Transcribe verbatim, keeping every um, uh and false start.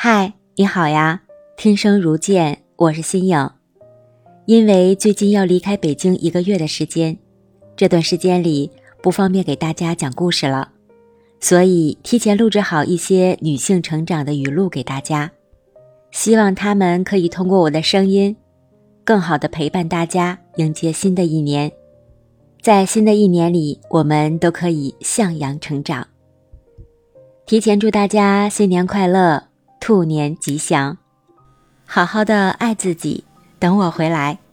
嗨，你好呀，听声如见，我是新颖。因为最近要离开北京一个月的时间，这段时间里不方便给大家讲故事了，所以提前录制好一些女性成长的语录给大家，希望他们可以通过我的声音，更好地陪伴大家迎接新的一年。在新的一年里，我们都可以向阳成长。提前祝大家新年快乐，兔年吉祥，好好的爱自己，等我回来。